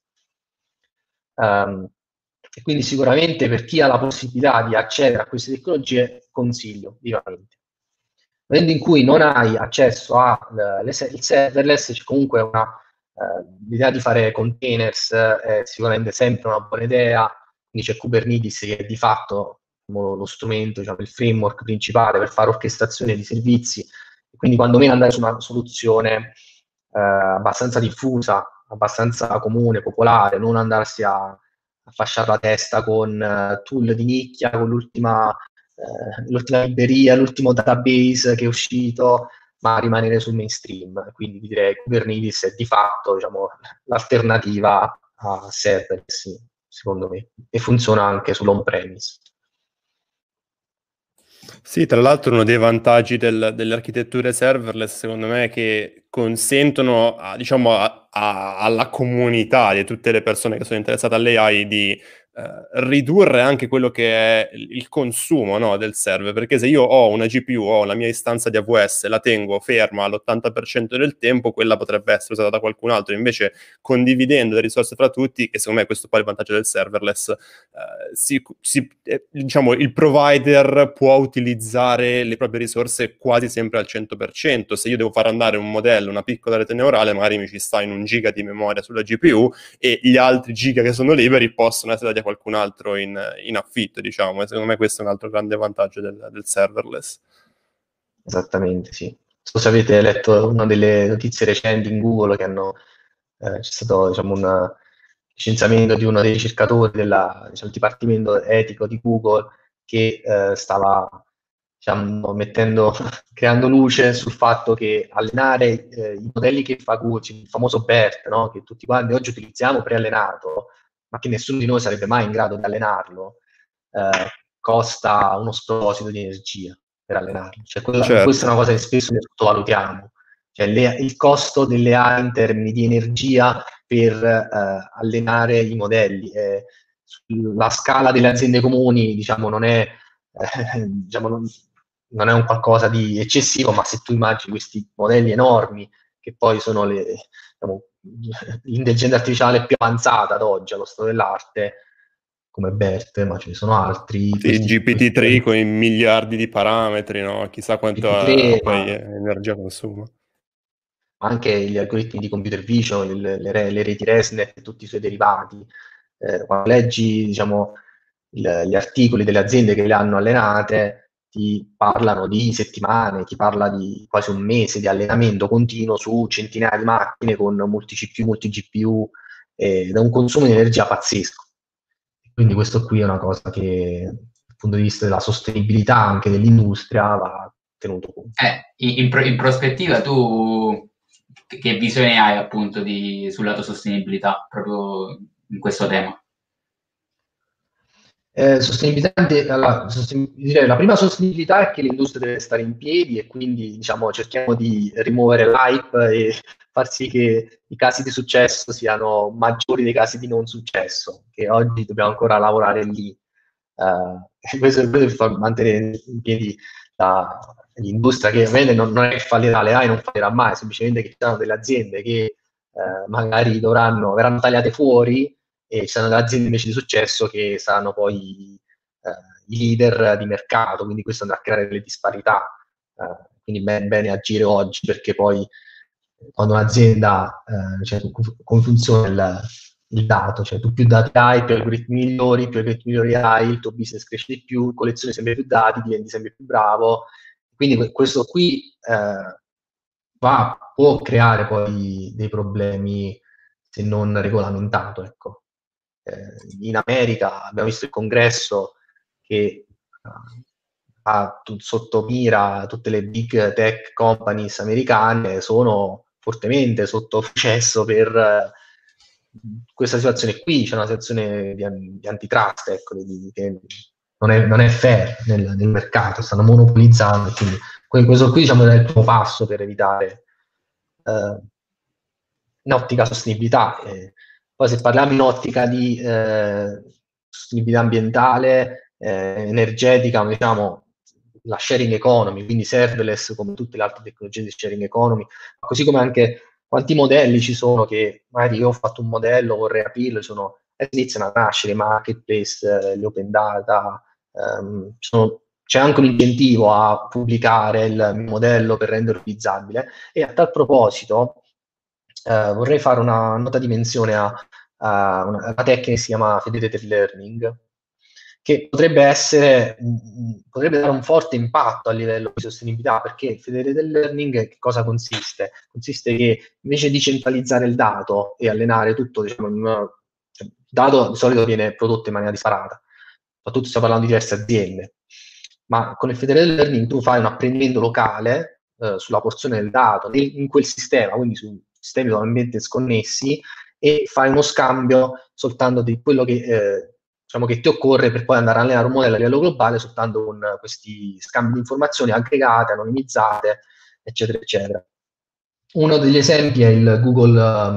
E quindi sicuramente per chi ha la possibilità di accedere a queste tecnologie, consiglio vivamente. Nel momento in cui non hai accesso al serverless, c'è comunque l'idea di fare containers è sicuramente sempre una buona idea, quindi c'è Kubernetes che è di fatto lo strumento, diciamo, il framework principale per fare orchestrazione di servizi, quindi quando meno andare su una soluzione abbastanza diffusa, abbastanza comune, popolare, non andarsi a fasciare la testa con tool di nicchia, con l'ultima libreria, l'ultimo database che è uscito, ma rimanere sul mainstream. Quindi direi che Kubernetes è di fatto, diciamo, l'alternativa a serverless, secondo me, e funziona anche sull'on-premise. Sì, tra l'altro uno dei vantaggi delle architetture serverless, secondo me, è che consentono alla comunità di tutte le persone che sono interessate all'AI di ridurre anche quello che è il consumo, no, del server, perché se io ho una GPU, ho la mia istanza di AWS, la tengo ferma all'80% del tempo, quella potrebbe essere usata da qualcun altro. Invece, condividendo le risorse fra tutti, che secondo me questo poi è il vantaggio del serverless, diciamo, il provider può utilizzare le proprie risorse quasi sempre al 100%. Se io devo far andare un modello, una piccola rete neurale, magari mi ci sta in 1 giga di memoria sulla GPU, e gli altri giga che sono liberi possono essere dati a qualcun altro in affitto, diciamo. E secondo me questo è un altro grande vantaggio del serverless. Esattamente, sì. Non so se avete letto una delle notizie recenti in Google che c'è stato, diciamo, un licenziamento di uno dei ricercatori del dipartimento etico di Google che stava, diciamo, creando luce sul fatto che allenare i modelli che fa Google, il famoso BERT, no? Che tutti quanti oggi utilizziamo preallenato, ma che nessuno di noi sarebbe mai in grado di allenarlo, costa uno sproposito di energia per allenarlo. Cioè, certo. Questa è una cosa che spesso ne sottovalutiamo. cioè il costo delle AI in termini di energia per allenare i modelli. La scala delle aziende comuni, diciamo, non è, diciamo, non è un qualcosa di eccessivo, ma se tu immagini questi modelli enormi, che poi sono diciamo, l'intelligenza artificiale più avanzata ad oggi, allo stato dell'arte, come BERT, ma ce ne sono altri. Sì, GPT-3 con i miliardi di parametri, no? Chissà quanta poi energia consuma. Anche gli algoritmi di computer vision, le reti ResNet e tutti i suoi derivati. Quando leggi, diciamo, gli articoli delle aziende che le hanno allenate, ti parlano di settimane, ti parla di quasi un mese di allenamento continuo su centinaia di macchine con molti CPU, molti GPU, ed è un consumo di energia pazzesco. Quindi questo qui è una cosa che, dal punto di vista della sostenibilità anche dell'industria, va tenuto conto. In prospettiva tu che visione hai appunto sul lato sostenibilità proprio in questo tema? Sostenibilità, allora, direi, la prima sostenibilità è che l'industria deve stare in piedi e quindi, diciamo, cerchiamo di rimuovere l'hype e far sì che i casi di successo siano maggiori dei casi di non successo, che oggi dobbiamo ancora lavorare lì. Questo per far mantenere in piedi l'industria, che ovviamente non è che fallirà, le AI non fallirà mai, semplicemente che ci saranno delle aziende che magari verranno tagliate fuori, e ci saranno delle aziende invece di successo che saranno poi i leader di mercato, quindi questo andrà a creare delle disparità. Quindi bene agire oggi, perché poi quando un'azienda, cioè, come funziona il dato, cioè tu più dati hai, più algoritmi migliori hai, il tuo business cresce di più, collezioni sempre più dati, diventi sempre più bravo. Quindi questo qui può creare poi dei problemi se non regolamentato, ecco. In America abbiamo visto il congresso che ha sotto mira tutte le big tech companies americane, sono fortemente sotto processo per questa situazione qui. C'è una situazione di antitrust, ecco, che non è fair nel mercato, stanno monopolizzando, quindi questo qui, diciamo, è il primo passo per evitare in ottica sostenibilità. Poi se parliamo in ottica di sostenibilità ambientale, energetica, diciamo la sharing economy, quindi serverless come tutte le altre tecnologie di sharing economy, così come anche quanti modelli ci sono che magari io ho fatto un modello, vorrei aprirlo, iniziano a nascere i marketplace, gli open data, c'è anche un incentivo a pubblicare il modello per renderlo utilizzabile. E a tal proposito vorrei fare una nota di menzione a una tecnica che si chiama federated learning, che potrebbe dare un forte impatto a livello di sostenibilità, perché il federated learning che cosa consiste? Consiste che invece di centralizzare il dato e allenare tutto, diciamo, il dato di solito viene prodotto in maniera disparata, soprattutto stiamo parlando di diverse aziende, ma con il federated learning tu fai un apprendimento locale sulla porzione del dato in quel sistema, quindi su sistemi totalmente sconnessi, e fai uno scambio soltanto di quello che diciamo che ti occorre per poi andare a allenare un modello a livello globale, soltanto con questi scambi di informazioni aggregate, anonimizzate, eccetera, eccetera. Uno degli esempi è il Google,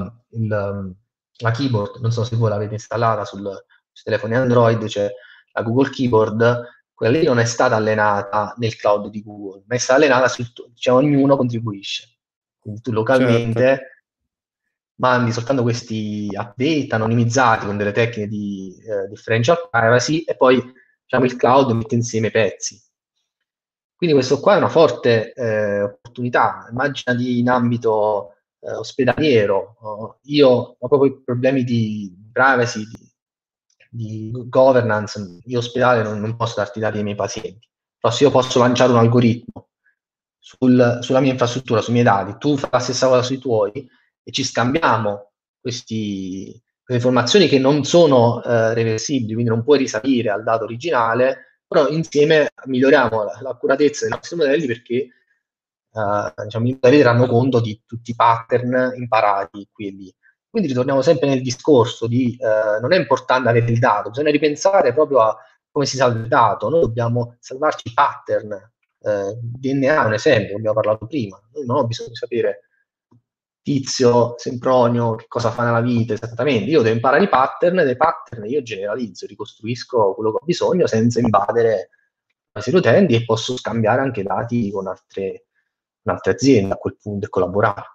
la keyboard, non so se voi l'avete installata sui telefoni Android, c'è la Google Keyboard. Quella lì non è stata allenata nel cloud di Google, ma è stata allenata cioè ognuno contribuisce. Quindi tu localmente mandi soltanto questi update anonimizzati con delle tecniche di differential privacy, e poi, diciamo, il cloud mette insieme i pezzi. Quindi questo qua è una forte opportunità. Immaginati in ambito ospedaliero, io ho proprio problemi di privacy, di governance. Io ospedale non posso darti i dati dei miei pazienti, però se io posso lanciare un algoritmo sulla mia infrastruttura, sui miei dati, tu fai la stessa cosa sui tuoi, e ci scambiamo queste informazioni che non sono reversibili, quindi non puoi risalire al dato originale, però insieme miglioriamo l'accuratezza dei nostri modelli, perché diciamo, i modelli daranno conto di tutti i pattern imparati qui e lì. Quindi ritorniamo sempre nel discorso di non è importante avere il dato, bisogna ripensare proprio a come si salva il dato. Noi dobbiamo salvarci i pattern DNA è un esempio, abbiamo parlato prima, noi non ho bisogno di sapere Tizio, Sempronio, che cosa fa nella vita esattamente, io devo imparare i pattern, dei pattern io generalizzo, ricostruisco quello che ho bisogno senza invadere la serie utenti e posso scambiare anche dati con altre aziende a quel punto e collaborare.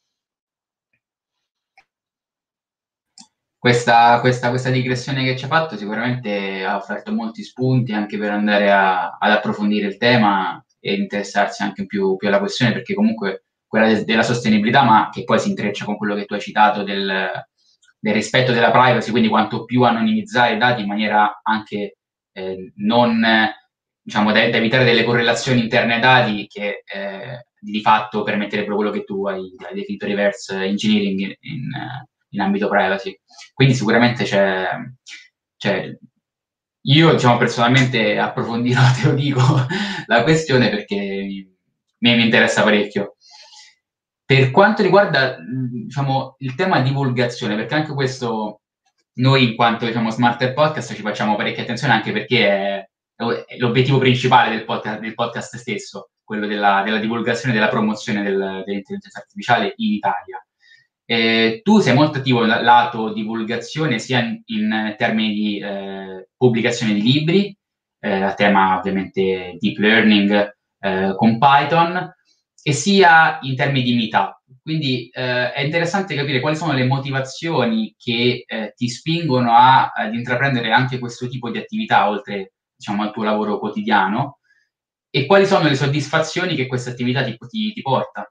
Questa digressione che ci ha fatto sicuramente ha offerto molti spunti anche per andare ad approfondire il tema e interessarsi anche più alla questione, perché comunque quella della sostenibilità, ma che poi si intreccia con quello che tu hai citato del rispetto della privacy, quindi quanto più anonimizzare i dati in maniera anche non, diciamo, da evitare delle correlazioni interne ai dati che di fatto permetterebbero quello che tu hai definito reverse engineering in ambito privacy. Quindi sicuramente c'è io, diciamo, personalmente approfondirò, te lo dico, la questione perché mi interessa parecchio. Per quanto riguarda, diciamo, il tema divulgazione, perché anche questo noi in quanto, diciamo, Smarter Podcast ci facciamo parecchia attenzione, anche perché è l'obiettivo principale del podcast stesso, quello della divulgazione e della promozione dell'intelligenza artificiale in Italia. Tu sei molto attivo lato divulgazione sia in termini di pubblicazione di libri, a tema ovviamente deep learning con Python, e sia in termini di meetup. Quindi è interessante capire quali sono le motivazioni che ti spingono ad intraprendere anche questo tipo di attività, oltre, diciamo, al tuo lavoro quotidiano, e quali sono le soddisfazioni che questa attività ti porta.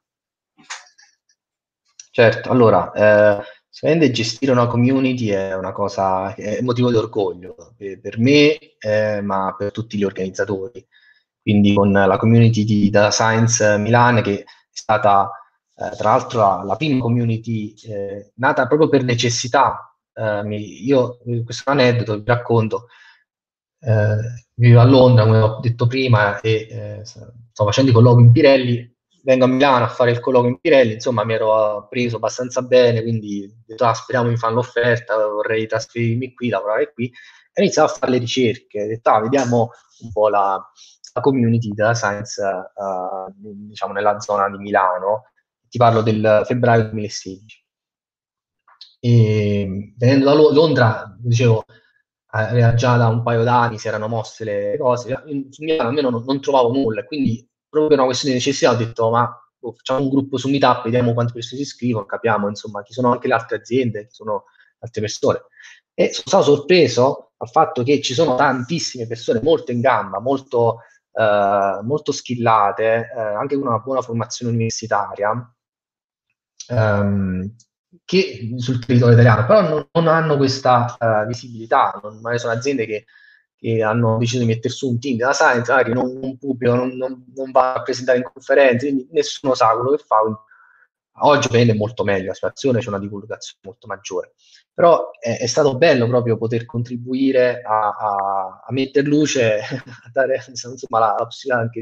Certo, allora, sicuramente gestire una community è una cosa, è motivo di orgoglio per me, ma per tutti gli organizzatori. Quindi con la community di Data Science Milan, che è stata tra l'altro la prima community nata proprio per necessità. Io, questo aneddoto vi racconto, vivo a Londra, come ho detto prima, e sto facendo i colloqui in Pirelli, vengo a Milano a fare il colloquio in Pirelli, insomma mi ero preso abbastanza bene, quindi ho detto, speriamo mi fanno l'offerta, vorrei trasferirmi qui, lavorare qui, e iniziavo a fare le ricerche, ho detto, vediamo un po' la community della Science, diciamo, nella zona di Milano, ti parlo del febbraio 2016. E venendo da Londra, dicevo, già da un paio d'anni si erano mosse le cose, su Milano almeno non trovavo nulla, quindi proprio per una questione di necessità ho detto, ma facciamo un gruppo su Meetup, vediamo quante persone si iscrivono, capiamo insomma chi sono anche le altre aziende, chi sono altre persone. E sono stato sorpreso al fatto che ci sono tantissime persone molto in gamba, molto skillate, anche con una buona formazione universitaria, che sul territorio italiano, però non hanno questa visibilità, magari sono aziende che hanno deciso di mettere su un team della Science, magari non pubblicano, non va a presentare in conferenze, quindi nessuno sa quello che fa. Oggi ovviamente è molto meglio la situazione, c'è una divulgazione molto maggiore, però è stato bello proprio poter contribuire a mettere luce, a dare insomma la possibilità anche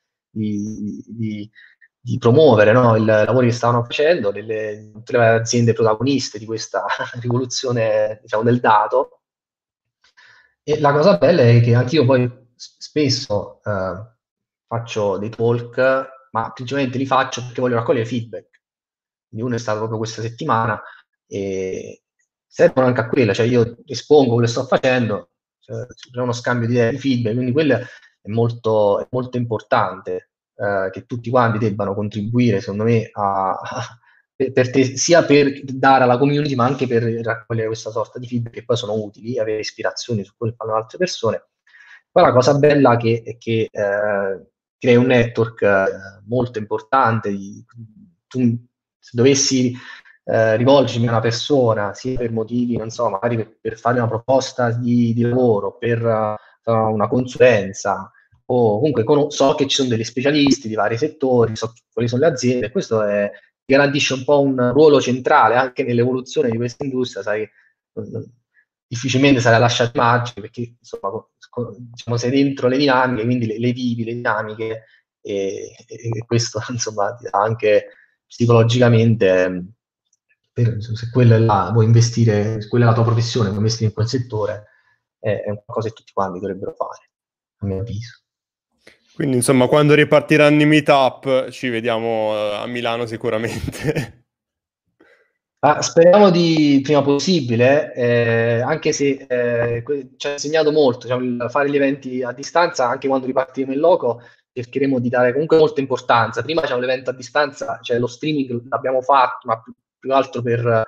di promuovere, no, i lavori che stavano facendo tutte le aziende protagoniste di questa rivoluzione, diciamo, del dato. E la cosa bella è che anch'io poi spesso faccio dei talk, ma principalmente li faccio perché voglio raccogliere feedback. Quindi uno è stato proprio questa settimana e servono anche a quella, cioè io espongo quello che sto facendo, c'è uno scambio di idee, di feedback, quindi quello è molto importante, che tutti quanti debbano contribuire, secondo me, per te, sia per dare alla community, ma anche per raccogliere questa sorta di feedback che poi sono utili, avere ispirazioni su quello che fanno altre persone. Poi la cosa bella è che crei un network molto importante. Se dovessi rivolgermi a una persona, sia per motivi, non so, magari per fare una proposta di lavoro, per una consulenza, o comunque so che ci sono degli specialisti di vari settori, so quali sono le aziende, questo garantisce un po' un ruolo centrale anche nell'evoluzione di questa industria, sai, difficilmente sarà lasciato ai margini, perché insomma, diciamo, sei dentro le dinamiche, quindi le vivi, le dinamiche, e questo insomma ti dà anche psicologicamente, se quella è vuoi investire, se quella è la tua professione, vuoi investire in quel settore, è una cosa che tutti quanti dovrebbero fare, a mio avviso. Quindi, insomma, quando ripartiranno i meetup ci vediamo a Milano sicuramente. Speriamo di prima possibile, anche se ci ha insegnato molto, diciamo, fare gli eventi a distanza, anche quando ripartiremo in loco, cercheremo di dare comunque molta importanza. Prima c'è un evento a distanza, cioè lo streaming l'abbiamo fatto, ma più altro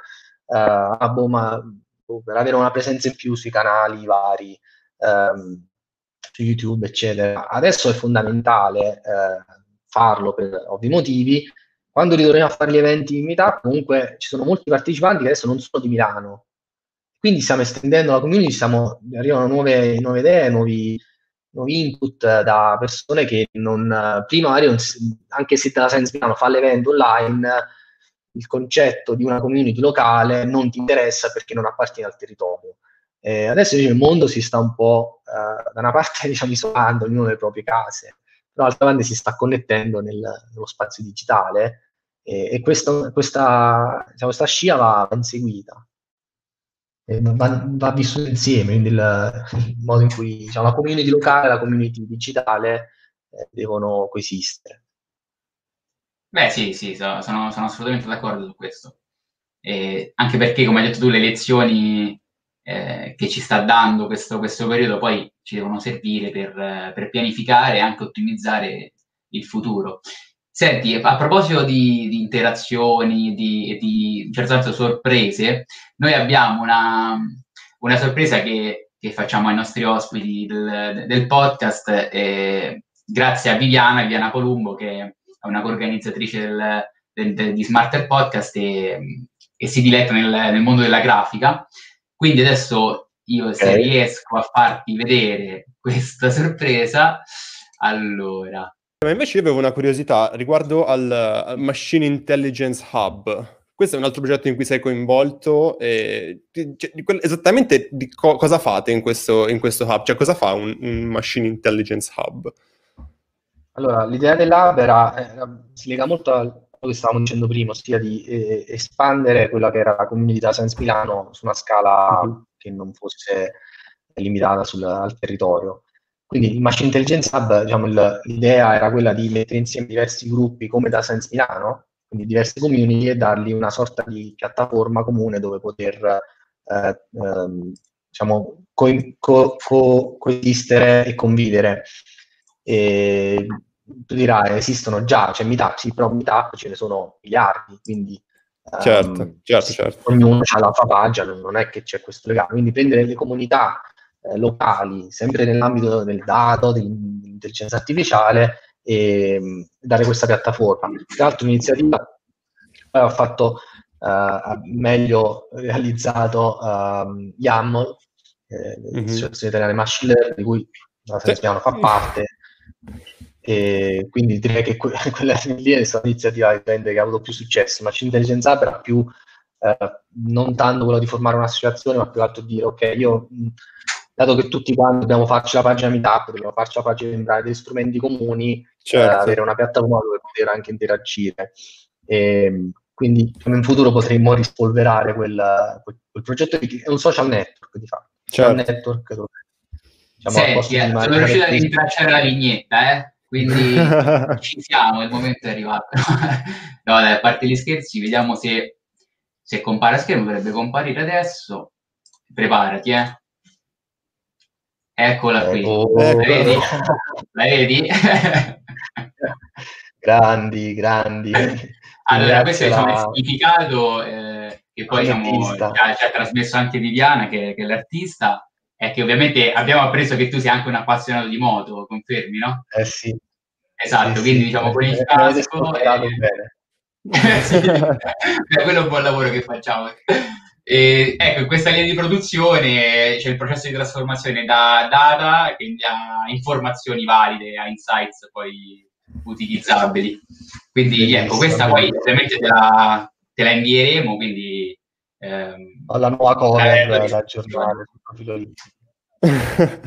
per avere una presenza in più sui canali vari, su YouTube, eccetera. Adesso è fondamentale farlo per ovvi motivi. Quando ritorniamo a fare gli eventi in meetup, comunque ci sono molti partecipanti che adesso non sono di Milano. Quindi stiamo estendendo la community, arrivano nuove idee, nuovi input da persone che prima magari anche se Data Science Milano fa l'evento online, il concetto di una community locale non ti interessa perché non appartiene al territorio. Adesso il mondo si sta un po' da una parte diciamo isolando, ognuno nelle proprie case, dall'altra parte si sta connettendo nello spazio digitale e questa scia va inseguita. Va vissuto insieme, quindi il modo in cui diciamo, la community locale e la community digitale devono coesistere. Beh, sì, sono assolutamente d'accordo su questo. Anche perché, come hai detto tu, le lezioni che ci sta dando questo periodo poi ci devono servire per pianificare e anche ottimizzare il futuro. Senti, a proposito di interazioni e di in certo senso sorprese, noi abbiamo una sorpresa che facciamo ai nostri ospiti del podcast, grazie a Viviana Columbo, che è una organizzatrice di Smarter Podcast e si diletta nel mondo della grafica. Quindi adesso io, se riesco a farti vedere questa sorpresa, allora... Ma invece io avevo una curiosità riguardo al Machine Intelligence Hub. Questo è un altro progetto in cui sei coinvolto. Esattamente cosa fate in questo hub? Cioè, cosa fa un Machine Intelligence Hub? Allora, l'idea dell'hub si lega molto a quello che stavamo dicendo prima, ossia di espandere quella che era la community Data Science Milano su una scala che non fosse limitata al territorio. Quindi il Machine Intelligence Hub, diciamo, l'idea era quella di mettere insieme diversi gruppi come Data Science Milano, quindi diverse community, e dargli una sorta di piattaforma comune dove poter diciamo, coesistere e convivere. E tu dirai, esistono già, c'è Meetup, sì, però Meetup ce ne sono miliardi, quindi certo. ognuno ha la sua pagina, non è che c'è questo legame. Quindi prendere le comunità locali, sempre nell'ambito del dato, dell'intelligenza artificiale, e dare questa piattaforma. Tra l'altro l'iniziativa poi ha fatto meglio realizzato YAML, l'Associazione Italiana Machine Learning, di cui la Science Milano fa parte, e quindi direi che quella lì è stata l'iniziativa che ha avuto più successo. Machine Intelligence Hub era più non tanto quello di formare un'associazione, ma più che altro dire, ok, io dato che tutti quanti dobbiamo farci la pagina Meetup, dobbiamo farci la pagina sembrare degli strumenti comuni, avere una piattaforma dove poter anche interagire. Quindi in futuro potremmo rispolverare quel progetto che è un social network di fatto. Certo. Un network dove, diciamo, senti, sono riuscito a rintracciare la vignetta, quindi ci siamo, il momento è arrivato. No, dai, a parte gli scherzi, vediamo se compare a schermo, dovrebbe comparire adesso. Preparati, Eccola qui. La vedi? Grandi. Allora, questo è il significato che poi ci ha trasmesso anche Viviana, che è l'artista, è che ovviamente abbiamo appreso che tu sei anche un appassionato di moto, confermi, no? Sì. Esatto, sì, quindi diciamo con il casco... sì, quello è un buon lavoro che facciamo. Ecco, in questa linea di produzione c'è il processo di trasformazione da data, quindi a informazioni valide, a insights poi utilizzabili. Quindi ecco, questa poi ovviamente te la invieremo, quindi la nuova cover da aggiornare sul profilo LinkedIn.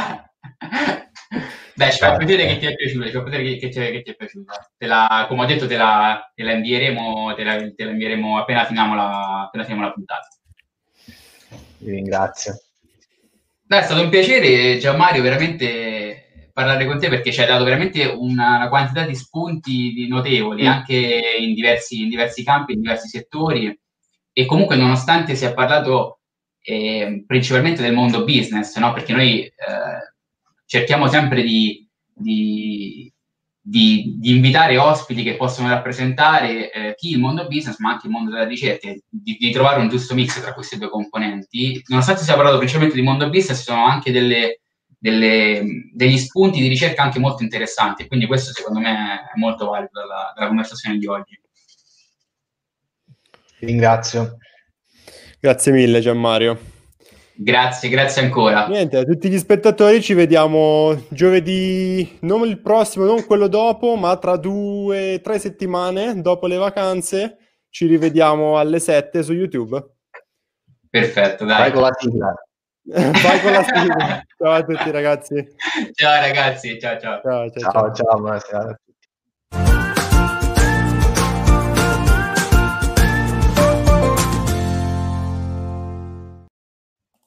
Dai, ci fa vedere che ti è piaciuta, ci fa vedere che ti è piaciuta. Come ho detto, te la invieremo, te la invieremo appena finiamo la puntata. Vi ringrazio. Dai, è stato un piacere, Gianmario, veramente parlare con te perché ci hai dato veramente una quantità di spunti notevoli anche in diversi campi, in diversi settori, e comunque nonostante si è parlato principalmente del mondo business, no? Perché noi cerchiamo sempre di invitare ospiti che possono rappresentare chi il mondo business ma anche il mondo della ricerca, di trovare un giusto mix tra queste due componenti. Nonostante si sia parlato principalmente di mondo business, ci sono anche degli spunti di ricerca anche molto interessanti, quindi questo secondo me è molto valido dalla conversazione di oggi. Ringrazio. Grazie mille Gianmario. Grazie ancora. Niente, a tutti gli spettatori ci vediamo giovedì, non il prossimo, non quello dopo, ma tra 2-3 settimane, dopo le vacanze, ci rivediamo alle 7 su YouTube. Perfetto, dai. Vai con la sigla. Vai con la sigla. Ciao a tutti ragazzi. Ciao ragazzi, ciao. Ciao, buonasera.